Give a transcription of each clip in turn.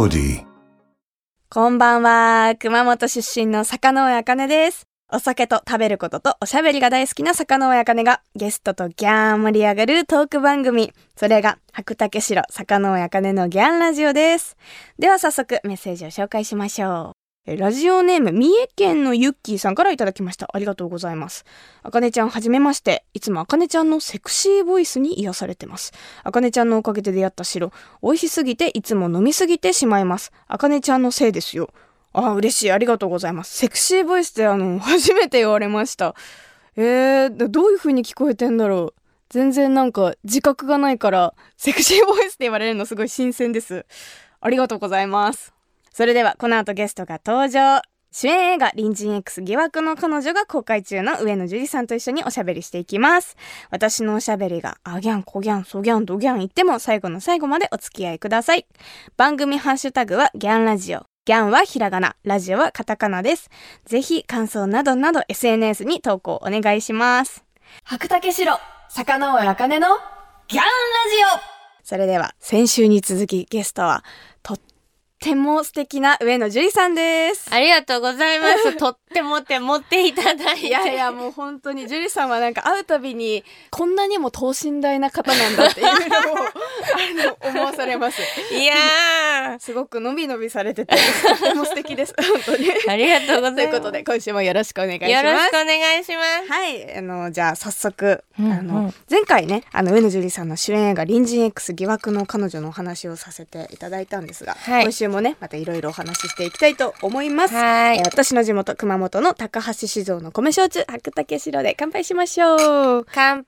Melody。 こんばんは。熊本出身の坂上茜です。お酒と食べることとおしゃべりが大好きな坂上茜がゲストとギャーン盛り上がるトーク番組。それが白竹城坂上茜のギャンラジオです。では早速メッセージを紹介しましょう。ラジオネーム三重県のゆっきーさんからいただきました。ありがとうございます。あかねちゃんはじめまして。いつもあかねちゃんのセクシーボイスに癒されてます。あかねちゃんのおかげで出会った白、美味しすぎていつも飲みすぎてしまいます。あかねちゃんのせいですよ。嬉しい。ありがとうございます。セクシーボイスって初めて言われました。どういう風に聞こえてんだろう。全然なんか自覚がないからセクシーボイスって言われるのすごい新鮮です。ありがとうございます。それではこの後ゲストが登場。主演映画隣人 X 疑惑の彼女が公開中の上野樹里さんと一緒におしゃべりしていきます。私のおしゃべりがあギャンコギャンソギャンドギャン言っても最後の最後までお付き合いください。番組ハッシュタグはギャンラジオ。ギャンはひらがな、ラジオはカタカナです。ぜひ感想などなど SNS に投稿お願いします。白竹城坂上茜のギャンラジオ。それでは先週に続きゲストはとっても素敵な上野樹里さんです。 ありがとうございます。とってもって持っていただいて。 いやもう本当に樹里さんはなんか会うたびにこんなにも等身大な方なんだっていうのを思わされます。 いやーすごくのびのびされててとっても素敵です。本当にありがとうございます。 ということで今週もよろしくお願いします。 よろしくお願いします。 はい、じゃあ早速、 前回ね上野樹里さんの主演映画隣人 X 疑惑の彼女のお話をさせていただいたんですが、 はい、 今週もねまたいろいろお話ししていきたいと思います。 はい、 私の地元熊本の高橋酒造の米焼酎白竹城で乾杯しましょう。 乾杯。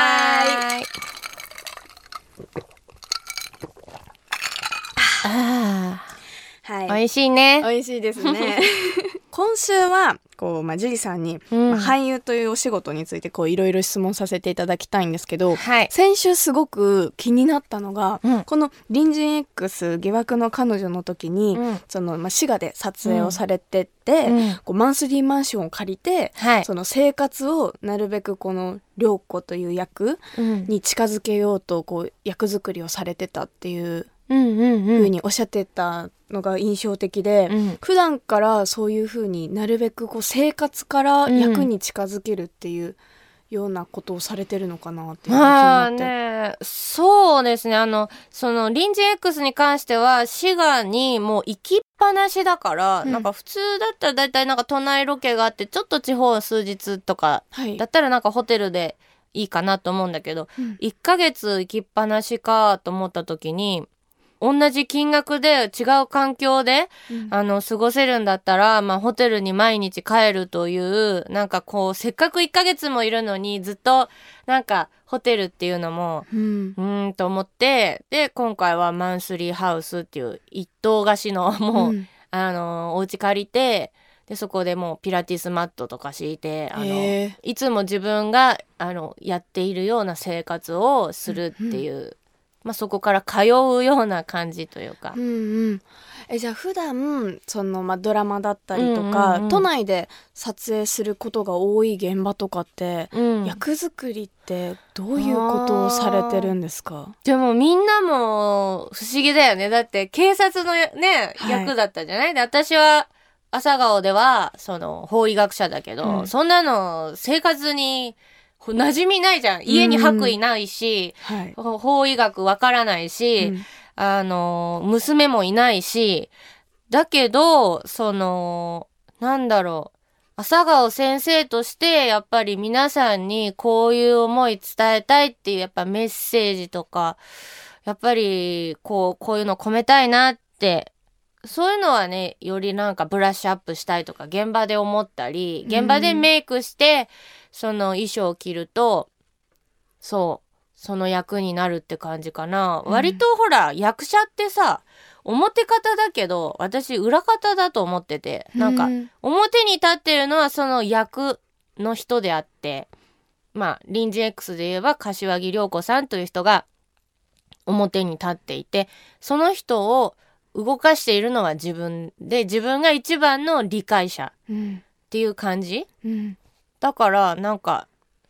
はい、美味しいね。 美味しいですね。今週はこう、樹里さんに、俳優というお仕事についてこういろいろ質問させていただきたいんですけど、 はい、 先週すごく気になったのが、この隣人 X 疑惑の彼女の時に、その滋賀で撮影をされてて、こうマンスリーマンションを借りて、その生活をなるべくこの涼子という役に近づけようとこう役作りをされてたっていう風におっしゃってたのが印象的で、普段からそういう風になるべくこう生活から役に近づけるっていうようなことをされてるのかなっていうのが気になって。 そうですね。その隣人 X に関しては滋賀にもう行きっぱなしだから、なんか普通だったらだいたいなんか都内ロケがあってちょっと地方数日とかだったらなんかホテルでいいかなと思うんだけど、1ヶ月行きっぱなしかと思った時に同じ金額で違う環境で、過ごせるんだったら、ホテルに毎日帰るという、なんかこう、せっかく1ヶ月もいるのに、ずっと、なんか、ホテルっていうのも、と思って、で、今回はマンスリーハウスっていう一棟貸しの、もう、お家借りて、で、そこでもうピラティスマットとか敷いて、いつも自分が、やっているような生活をするっていう、そこから通うような感じというか、 じゃあ普段その、ドラマだったりとか、都内で撮影することが多い現場とかって、役作りってどういうことをされてるんですか？ でもみんなも不思議だよね。だって警察のね、役だったじゃない？で私は朝顔ではその法医学者だけど、そんなの生活に馴染みないじゃん。家に白衣ないし、法医学わからないし、娘もいないし、だけど、なんだろう。朝顔先生としてやっぱり皆さんにこういう思い伝えたいっていうやっぱメッセージとか、やっぱりこういうの込めたいなって、そういうのはね、よりなんかブラッシュアップしたいとか現場で思ったり、現場でメイクして、その衣装を着ると、その役になるって感じかな。割とほら、役者ってさ、表方だけど、私裏方だと思ってて、なんか、表に立ってるのはその役の人であって、隣人 X で言えば柏木涼子さんという人が表に立っていて、その人を動かしているのは自分で、自分が一番の理解者っていう感じ、だからなんか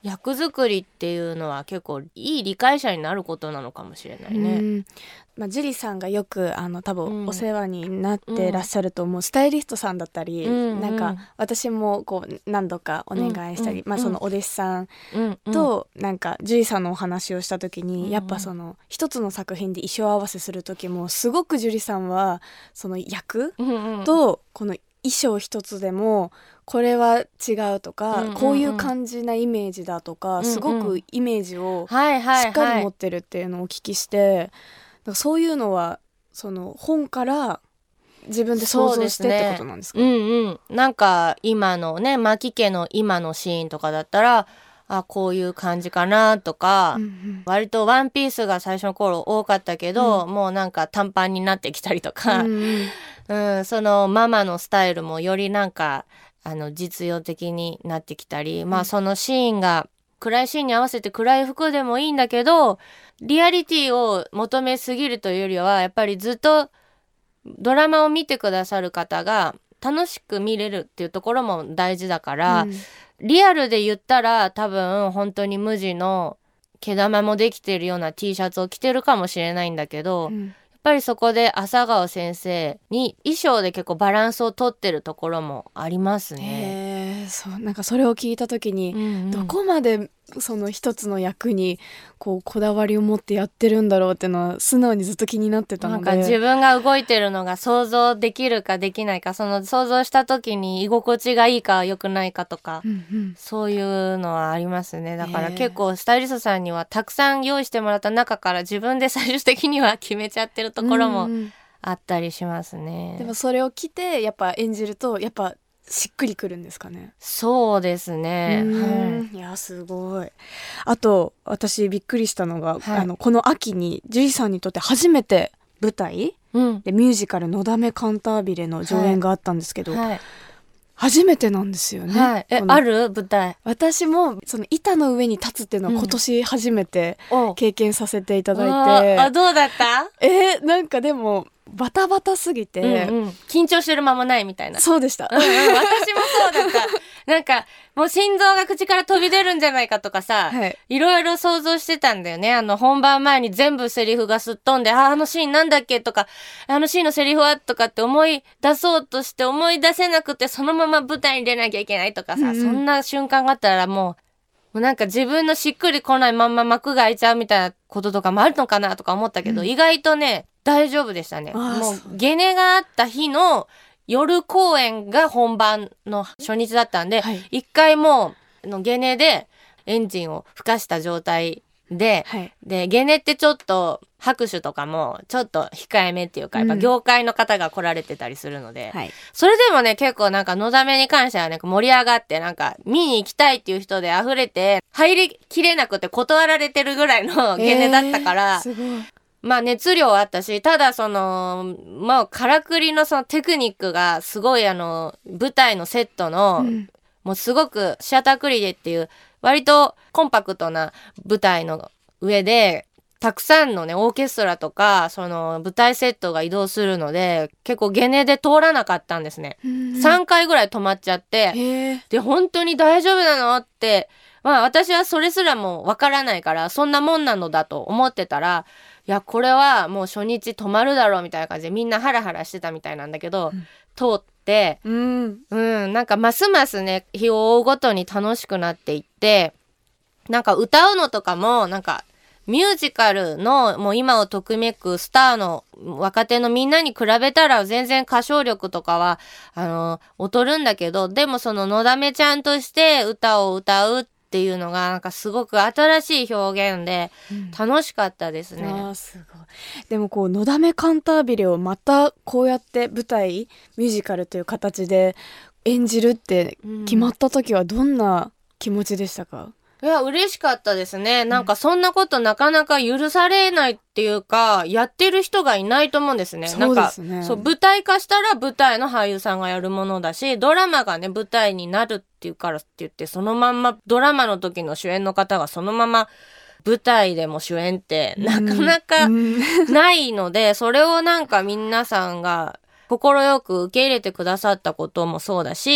役作りっていうのは結構いい理解者になることなのかもしれないね。 樹里さんがよく多分お世話になってらっしゃると思う、スタイリストさんだったり、なんか私もこう何度かお願いしたり、そのお弟子さんとなんか樹里さんのお話をした時に、やっぱその一つの作品で衣装合わせする時もすごく樹里さんはその役とこの衣装一つでもこれは違うとか、こういう感じなイメージだとか、すごくイメージをしっかり持ってるっていうのをお聞きして、だからそういうのはその本から自分で想像してってことなんですか？ なんか今のね牧家の今のシーンとかだったらこういう感じかなとか、割とワンピースが最初の頃多かったけど、もうなんか短パンになってきたりとか、そのママのスタイルもよりなんか実用的になってきたり、そのシーンが暗いシーンに合わせて暗い服でもいいんだけど、リアリティを求めすぎるというよりはやっぱりずっとドラマを見てくださる方が楽しく見れるっていうところも大事だから、リアルで言ったら多分本当に無地の毛玉もできてるような T シャツを着てるかもしれないんだけど、やっぱりそこで朝顔先生に衣装で結構バランスをとってるところもありますね。 そうなんかそれを聞いた時に、どこまでその一つの役にこだわりを持ってやってるんだろうっていうのは素直にずっと気になってたので、 なんか自分が動いてるのが想像できるかできないか、その想像した時に居心地がいいか良くないかとか、そういうのはありますね。だから結構スタイリストさんにはたくさん用意してもらった中から自分で最終的には決めちゃってるところもあったりしますね。 でもそれを着てやっぱ演じるとやっぱしっくりくるんですかね？ そうですね、 いやすごい。あと私びっくりしたのが、この秋に樹里さんにとって初めて舞台、でミュージカルのだめカンタービレの上演があったんですけど、初めてなんですよね。 ある舞台。 私もその板の上に立つっていうのは今年初めて経験させていただいて、 どうだった？ なんかでもバタバタすぎて、 緊張してる間もないみたいな。 そうでした、 私もそうだったなんかもう心臓が口から飛び出るんじゃないかとかさ、いろいろ想像してたんだよね。本番前に全部セリフがすっ飛んで、あのシーンなんだっけとか、あのシーンのセリフはとかって思い出そうとして思い出せなくて、そのまま舞台に出なきゃいけないとかさ、そんな瞬間があったらもうなんか自分のしっくりこないまんま幕が開いちゃうみたいなこととかもあるのかなとか思ったけど、意外とね大丈夫でしたね。もうゲネがあった日の夜公演が本番の初日だったんで、一回もうゲネでエンジンを吹かした状態で、でゲネってちょっと拍手とかもちょっと控えめっていうか、やっぱ業界の方が来られてたりするので、それでもね結構なんかのだめに関してはね盛り上がって、なんか見に行きたいっていう人で溢れて入りきれなくて断られてるぐらいのゲネだったから、 すごい。 熱量あったし、ただそのからくりのそのテクニックがすごい舞台のセットの、もうすごくシアタークリデっていう割とコンパクトな舞台の上でたくさんのねオーケストラとかその舞台セットが移動するので、結構ゲネで通らなかったんですね。3回ぐらい止まっちゃって、で本当に大丈夫なのって、私はそれすらもわからないからそんなもんなのだと思ってたら、いやこれはもう初日止まるだろうみたいな感じでみんなハラハラしてたみたいなんだけど、通って、なんかますますね日を追うごとに楽しくなっていって、なんか歌うのとかもなんかミュージカルのもう今をとくめくスターの若手のみんなに比べたら全然歌唱力とかは劣るんだけど、でもそののだめちゃんとして歌を歌うっていうのがなんかすごく新しい表現で楽しかったですね。 すごい。でものだめカンタービレをまたこうやって舞台ミュージカルという形で演じるって決まった時はどんな気持ちでしたか？ いや嬉しかったですね。なんかそんなことなかなか許されないっていうか、やってる人がいないと思うんですね。 そうですね。 そう舞台化したら舞台の俳優さんがやるものだし、ドラマがね舞台になるっていうからって言ってそのまんまドラマの時の主演の方がそのまま舞台でも主演ってなかなかないので、それをなんか皆さんが快く受け入れてくださったこともそうだし、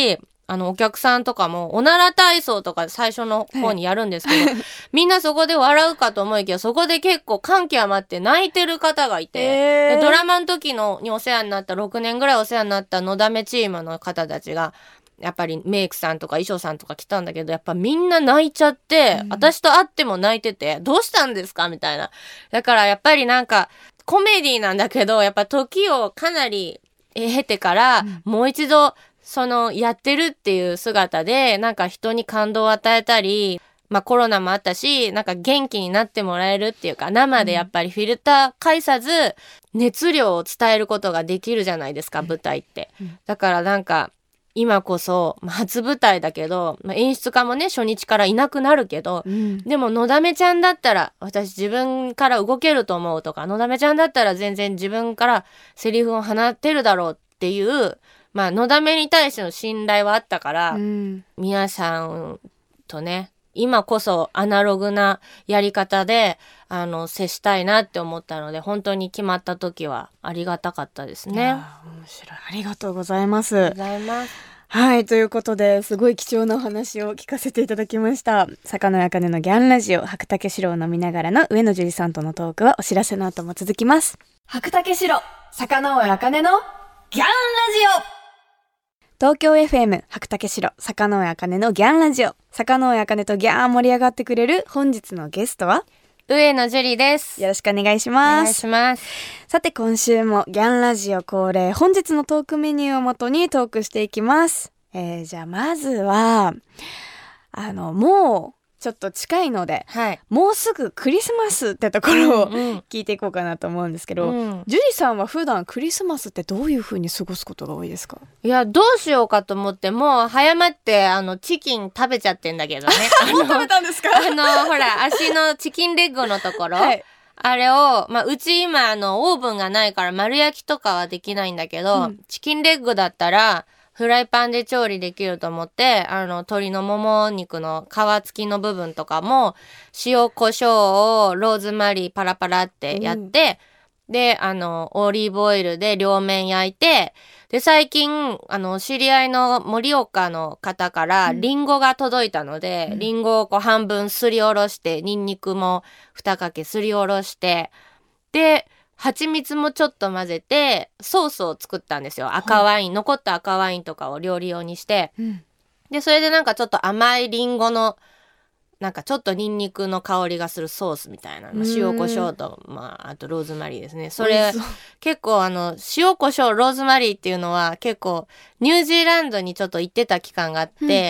お客さんとかもおなら体操とか最初の方にやるんですけど、みんなそこで笑うかと思いきや、そこで結構感極まって泣いてる方がいて、でドラマの時にお世話になった6年ぐらいお世話になったのだめチームの方たちがやっぱりメイクさんとか衣装さんとか来たんだけど、やっぱみんな泣いちゃって、私と会っても泣いてて、どうしたんですかみたいな。だからやっぱりなんかコメディなんだけど、やっぱ時をかなり経てから、もう一度やってるっていう姿でなんか人に感動を与えたり、コロナもあったし、なんか元気になってもらえるっていうか、生でやっぱりフィルター介さず熱量を伝えることができるじゃないですか、舞台って。だからなんか今こそ初舞台だけど、演出家もね初日からいなくなるけど、でものだめちゃんだったら私自分から動けると思うとか、のだめちゃんだったら全然自分からセリフを放ってるだろうっていうのだめに対しての信頼はあったから、皆さんとね今こそアナログなやり方で接したいなって思ったので、本当に決まった時はありがたかったですね。 面白い。ありがとうございます。はい、ということですごい貴重なお話を聞かせていただきました。坂野茜のギャンラジオ、白竹城を飲みながらの上野樹里さんとのトークはお知らせの後も続きます。白竹城、坂野茜のギャンラジオ。東京 FM 白竹城、坂野茜のギャンラジオ。坂野茜とギャー盛り上がってくれる本日のゲストは上野樹里です。 よろしくお願いします。 お願いします。 さて今週もギャンラジオ恒例、本日のトークメニューをもとにトークしていきます。じゃあまずはもうちょっと近いので、もうすぐクリスマスってところを聞いていこうかなと思うんですけど、樹里さんは普段クリスマスってどういう風に過ごすことが多いですか？ いや、どうしようかと思ってもう早まってチキン食べちゃってんだけどね。 もう食べたんですか？ ほら足のチキンレッグのところ、あれをうち今オーブンがないから丸焼きとかはできないんだけど、チキンレッグだったらフライパンで調理できると思って、鶏のもも肉の皮付きの部分とかも塩コショウをローズマリーパラパラってやって、でオリーブオイルで両面焼いて、で最近知り合いの盛岡の方からリンゴが届いたので、リンゴを半分すりおろして、ニンニクも2かけすりおろして、で蜂蜜もちょっと混ぜてソースを作ったんですよ。赤ワイン、残った赤ワインとかを料理用にして、でそれでなんかちょっと甘いリンゴのなんかちょっとニンニクの香りがするソースみたいなの、塩コショウとあとローズマリーですね。それ結構塩コショウローズマリーっていうのは結構ニュージーランドにちょっと行ってた期間があって、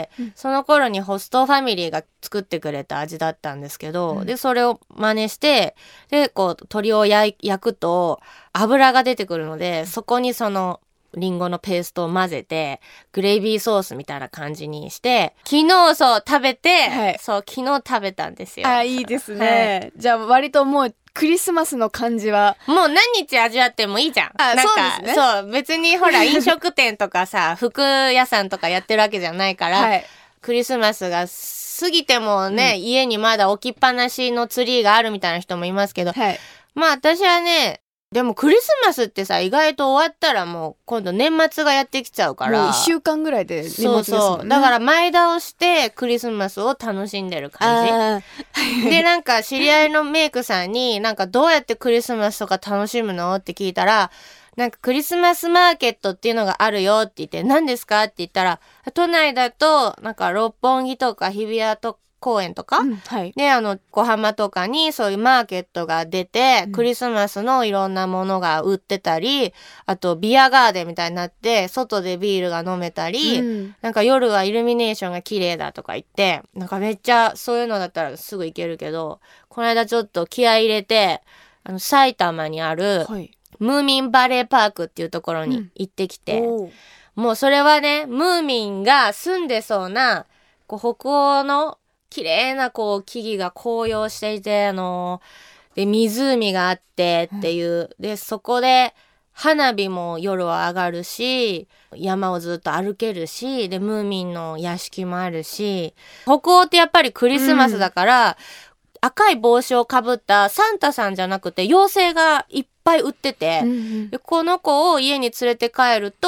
その頃にホストファミリーが作ってくれた味だったんですけど、でそれを真似して、で鶏を焼くと油が出てくるので、そこにリンゴのペーストを混ぜてグレイビーソースみたいな感じにして、昨日食べて、昨日食べたんですよ。 いいですね。じゃあ割ともうクリスマスの感じはもう何日味わってもいいじゃん。なんかそうですね。 そう別にほら飲食店とかさ服屋さんとかやってるわけじゃないから、クリスマスが過ぎてもね、家にまだ置きっぱなしのツリーがあるみたいな人もいますけど、私はね、でもクリスマスってさ意外と終わったらもう今度年末がやってきちゃうから、 もう1週間ぐらいで年末ですもんね。 だから前倒してクリスマスを楽しんでる感じで、なんか知り合いのメイクさんになんかどうやってクリスマスとか楽しむのって聞いたら、なんかクリスマスマーケットっていうのがあるよって言って、何ですかって言ったら、都内だとなんか六本木とか日比谷とか公園とか、で小浜とかにそういうマーケットが出て、クリスマスのいろんなものが売ってたり、あとビアガーデンみたいになって外でビールが飲めたり、なんか夜はイルミネーションが綺麗だとか言って、なんかめっちゃそういうのだったらすぐ行けるけど、この間ちょっと気合い入れて埼玉にある、ムーミンバレーパークっていうところに行ってきて、もうそれはねムーミンが住んでそうな北欧の綺麗な木々が紅葉していて、で湖があってっていう、でそこで花火も夜は上がるし、山をずっと歩けるし、でムーミンの屋敷もあるし、北欧ってやっぱりクリスマスだから、赤い帽子をかぶったサンタさんじゃなくて妖精がいっぱい売ってて、でこの子を家に連れて帰ると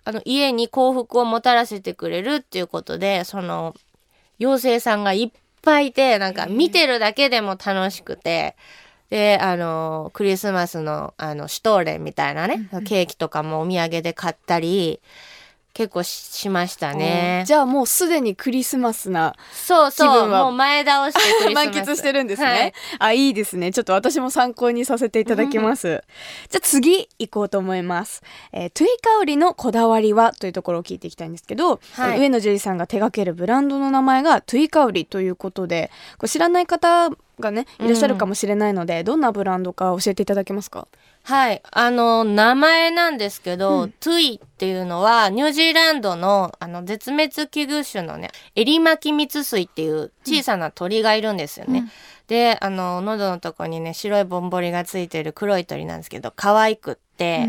家に幸福をもたらせてくれるっていうことで、その妖精さんがいっぱいいて、なんか見てるだけでも楽しくて、でクリスマスのシュトーレンみたいなね、ケーキとかもお土産で買ったり結構しましたね。 じゃあもうすでにクリスマスなそうそう、 気分はもう前倒してクリスマス満喫してるんですね、 はい、 いいですね。ちょっと私も参考にさせていただきますじゃあ次行こうと思います、トゥイカオリのこだわりはというところを聞いていきたいんですけど、 はい、 上野樹里さんが手掛けるブランドの名前がトゥイカオリということで、これ知らない方がねいらっしゃるかもしれないので、どんなブランドか教えていただけますか？ はい。名前なんですけど、トゥイっていうのは、ニュージーランドの、絶滅危惧種のね、エリマキミツスイっていう小さな鳥がいるんですよね。で、喉のとこにね、白いぼんぼりがついてる黒い鳥なんですけど、可愛くって、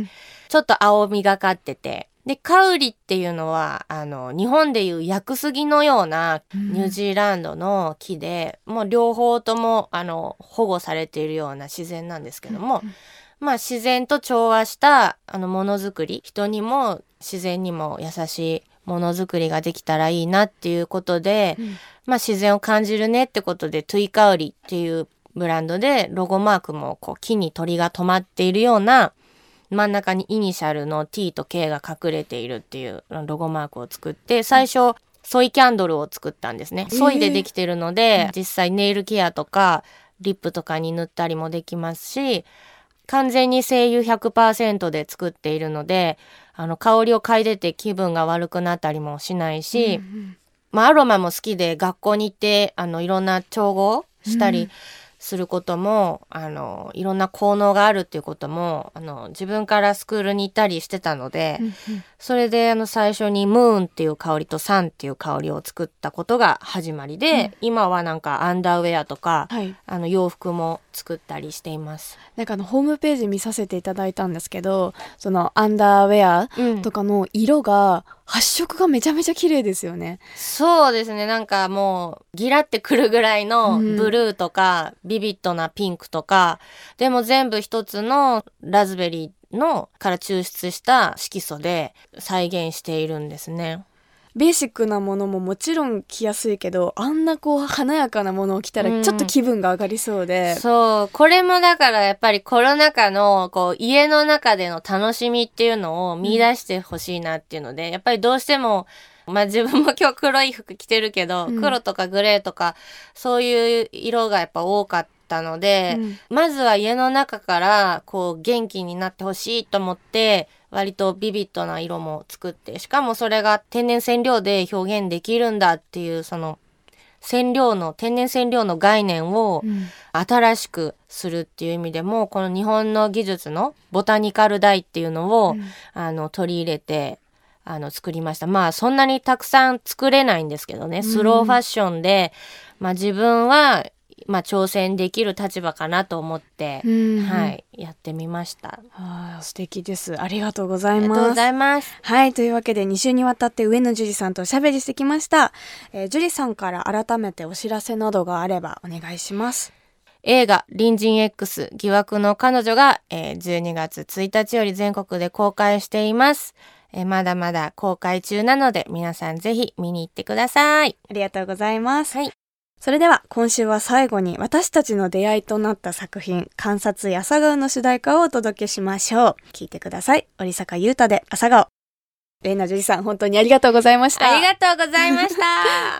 ちょっと青みがかってて、で、カウリっていうのは、日本でいうヤクスギのようなニュージーランドの木で、もう両方とも、保護されているような自然なんですけども、まあ自然と調和したものづくり、人にも自然にも優しいものづくりができたらいいなっていうことで、まあ自然を感じるねってことでトゥイカオリっていうブランドでロゴマークもこう木に鳥が止まっているような、真ん中にイニシャルの T と K が隠れているっていうロゴマークを作って、最初ソイキャンドルを作ったんですね。ソイでできてるので、実際ネイルケアとかリップとかに塗ったりもできますし、完全に精油 100% で作っているので、香りを嗅いでて気分が悪くなったりもしないし、まあアロマも好きで学校に行っていろんな調合したりすることも、いろんな効能があるっていうことも自分からスクールに行ったりしてたので、それで最初にムーンっていう香りとサンっていう香りを作ったことが始まりで、今はなんかアンダーウェアとか、洋服も作ったりしています。 なんかホームページ見させていただいたんですけど、そのアンダーウェアとかの色が、発色がめちゃめちゃ綺麗ですよね。 そうですね。なんかもうギラってくるぐらいのブルーとか、ビビッドなピンクとか、でも全部一つのラズベリーのから抽出した色素で再現しているんですね。 ベーシックなものももちろん着やすいけど、あんなこう華やかなものを着たらちょっと気分が上がりそうで、 そう、これもだからやっぱりコロナ禍のこう家の中での楽しみっていうのを見出してほしいなっていうので、やっぱりどうしてもまあ自分も今日黒い服着てるけど、黒とかグレーとかそういう色がやっぱ多かったので、まずは家の中からこう元気になってほしいと思って割とビビッドな色も作って、しかもそれが天然染料で表現できるんだっていうその天然染料の概念を新しくするっていう意味でも、この日本の技術のボタニカルダイっていうのを、取り入れて作りました。まあそんなにたくさん作れないんですけどね、スローファッションで、まあ自分は挑戦できる立場かなと思って、はい、やってみました。 素敵です。ありがとうございます。 ありがとうございます。 はい、というわけで2週にわたって上野樹里さんとおしゃべりしてきました。樹里さんから改めてお知らせなどがあればお願いします。 映画隣人 X 疑惑の彼女が、12月1日より全国で公開しています。まだまだ公開中なので皆さんぜひ見に行ってください。 ありがとうございます。 はい。 それでは今週は最後に私たちの出会いとなった作品観察朝顔の主題歌をお届けしましょう。聞いてください。織坂優太で朝顔。上野樹里さん本当にありがとうございました。 ありがとうございました。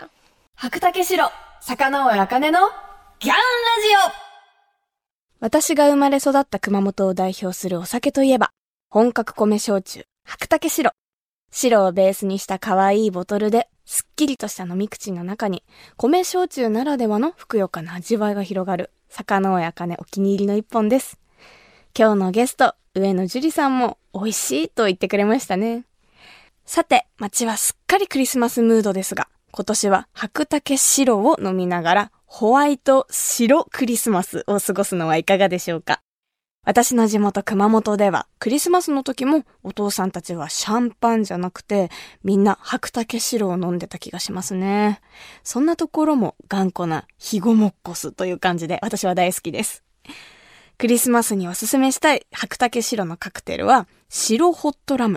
白竹城坂上茜のギャンラジオ。私が生まれ育った熊本を代表するお酒といえば本格米焼酎白竹城。白をベースにした可愛いボトルですっきりとした飲み口の中に米焼酎ならではのふくよかな味わいが広がる坂上茜お気に入りの一本です。今日のゲスト上野樹里さんも美味しいと言ってくれましたね。さて街はすっかりクリスマスムードですが、今年は白竹白を飲みながらホワイト白クリスマスを過ごすのはいかがでしょうか。私の地元熊本ではクリスマスの時もお父さんたちはシャンパンじゃなくてみんな白竹白を飲んでた気がしますね。そんなところも頑固なヒゴモッコスという感じで私は大好きです。クリスマスにおすすめしたい白竹白のカクテルは白ホットラム。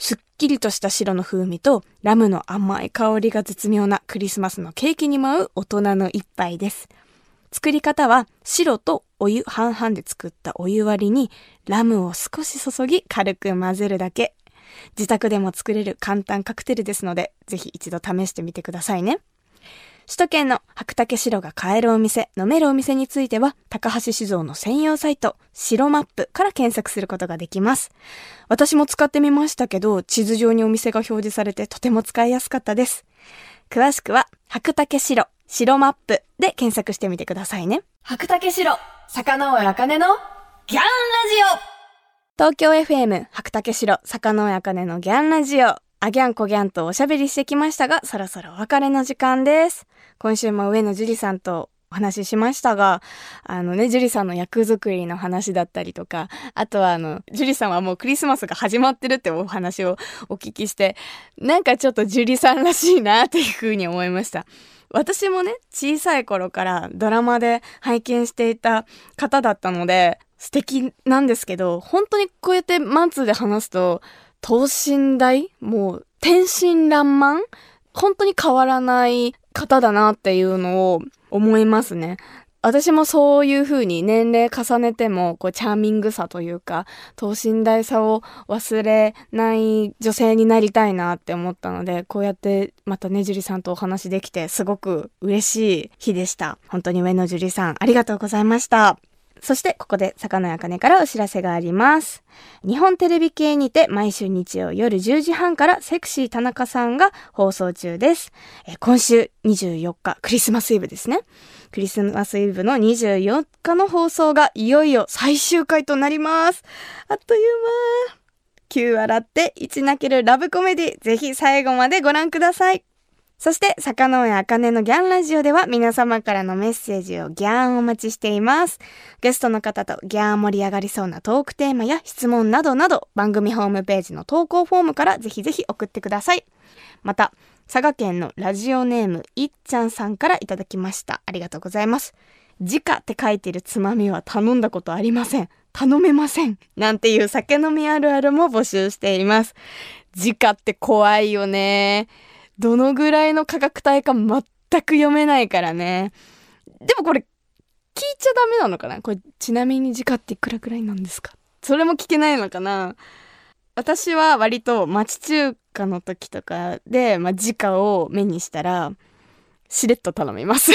すっきりとした白の風味とラムの甘い香りが絶妙なクリスマスのケーキに舞う大人の一杯です。作り方は白とお湯半々で作ったお湯割りにラムを少し注ぎ軽く混ぜるだけ。自宅でも作れる簡単カクテルですので、ぜひ一度試してみてくださいね。首都圏の白竹白が買えるお店、飲めるお店については、高橋酒造の専用サイト、白マップから検索することができます。私も使ってみましたけど、地図上にお店が表示されてとても使いやすかったです。詳しくは、白竹白、白マップで検索してみてくださいね。白竹白、坂上茜のギャンラジオ。東京 FM 白竹城坂上茜のギャンラジオ。あギャンこギャンとおしゃべりしてきましたが、そろそろお別れの時間です。今週も上野樹里さんとお話ししましたが、樹里さんの役作りの話だったりとか、あとは樹里さんはもうクリスマスが始まってるってお話をお聞きして、なんかちょっと樹里さんらしいなっていうふうに思いました。私もね、小さい頃からドラマで拝見していた方だったので、素敵なんですけど、本当にこうやってマンツーで話すと、等身大？もう天真爛漫？本当に変わらない方だなっていうのを思いますね。私もそういう風に年齢重ねてもチャーミングさというか等身大さを忘れない女性になりたいなって思ったので、こうやってまたね、樹里さんとお話できてすごく嬉しい日でした。本当に上野樹里さんありがとうございました。そしてここで坂上茜からお知らせがあります。日本テレビ系にて毎週日曜夜10時半からセクシー田中さんが放送中です。今週24日クリスマスイブですね。クリスマスイブの24日の放送がいよいよ最終回となります。あっという間。9笑って1泣けるラブコメディ、ぜひ最後までご覧ください。そして坂上茜のギャンラジオでは皆様からのメッセージをギャンお待ちしています。ゲストの方とギャン盛り上がりそうなトークテーマや質問などなど番組ホームページの投稿フォームからぜひぜひ送ってください。また佐賀県のラジオネームいっちゃんさんからいただきました。ありがとうございます。直って書いてるつまみは頼んだことありません。頼めません。なんていう酒飲みあるあるも募集しています。直って怖いよね。どのぐらいの価格帯か全く読めないからね。でもこれ聞いちゃダメなのかな？これちなみに直っていくらくらいなんですか？それも聞けないのかな？私は割と町中華の時とかで、直を目にしたらしれっと頼みます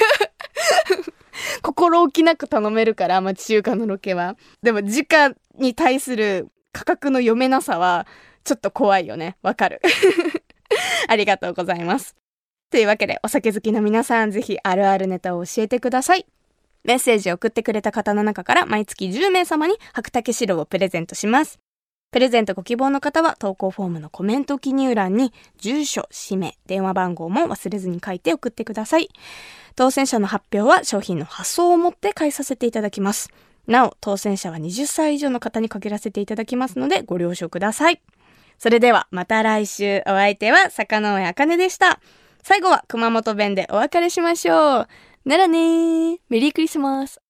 心置きなく頼めるから町中華のロケは。でも直に対する価格の読めなさはちょっと怖いよね。わかるありがとうございます。というわけでお酒好きの皆さん、ぜひあるあるネタを教えてください。メッセージを送ってくれた方の中から毎月10名様に白竹白をプレゼントします。プレゼントご希望の方は投稿フォームのコメント記入欄に住所、氏名、電話番号も忘れずに書いて送ってください。当選者の発表は商品の発送をもって返させていただきます。なお、当選者は20歳以上の方に限らせていただきますのでご了承ください。それではまた来週。お相手は坂上茜でした。最後は熊本弁でお別れしましょう。ならねー。メリークリスマス。